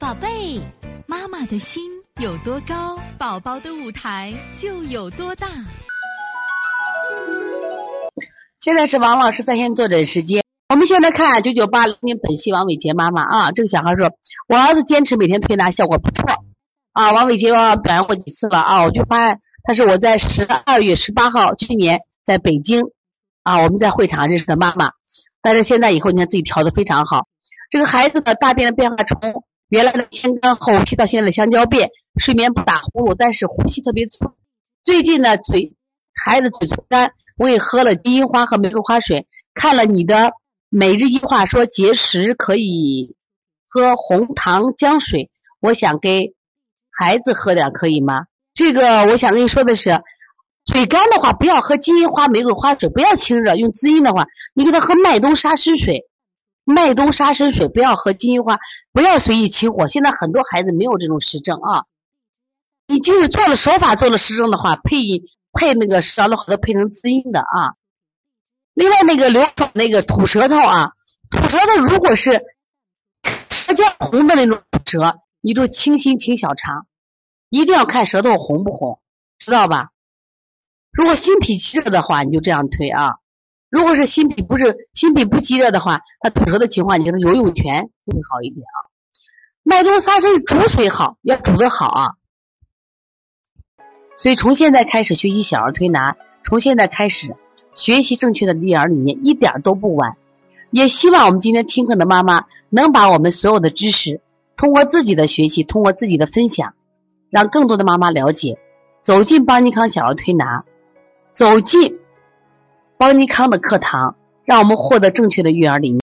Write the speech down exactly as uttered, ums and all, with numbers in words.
宝贝，妈妈的心有多高，宝宝的舞台就有多大。 现在是王老师在线坐诊时间。我们现在看九九八零本溪王伟杰妈妈啊，这个小孩说，我儿子坚持每天推拿效果不错啊。王伟杰妈妈表扬过几次了啊，我就发现他是我在十二月十八号去年在北京啊，我们在会场认识的妈妈，但是现在以后你看自己调得非常好。这个孩子的大便的变化从原来的先干后期到现在的香蕉便，睡眠不打呼噜，但是呼吸特别粗。最近呢，嘴孩子嘴唇干，我也喝了金银花和玫瑰花水，看了你的每日一话说节食可以喝红糖姜水，我想给孩子喝点可以吗？这个我想跟你说的是，嘴干的话不要喝金银花玫瑰花水，不要清热，用滋阴的话你给他喝麦冬沙参水，麦冬沙参水，不要喝金银花，不要随意起火。现在很多孩子没有这种实证啊，你就是做了手法做了实证的话，配配那个舌头好的配成滋阴的啊。另外那个流转那个吐舌头啊，吐舌头如果是舌尖红的那种舌，你就清心清小肠，一定要看舌头红不红，知道吧？如果心脾积热的话，你就这样推啊。如果是心脾不是心脾不积热的话，他吐舌的情况，你给他游泳泉就会好一点啊。麦冬沙参煮水好，要煮得好啊。所以从现在开始学习小儿推拿，从现在开始学习正确的育儿理念，一点都不晚。也希望我们今天听课的妈妈能把我们所有的知识通过自己的学习，通过自己的分享，让更多的妈妈了解，走进邦尼康小儿推拿，走进邦尼康的课堂，让我们获得正确的育儿理念。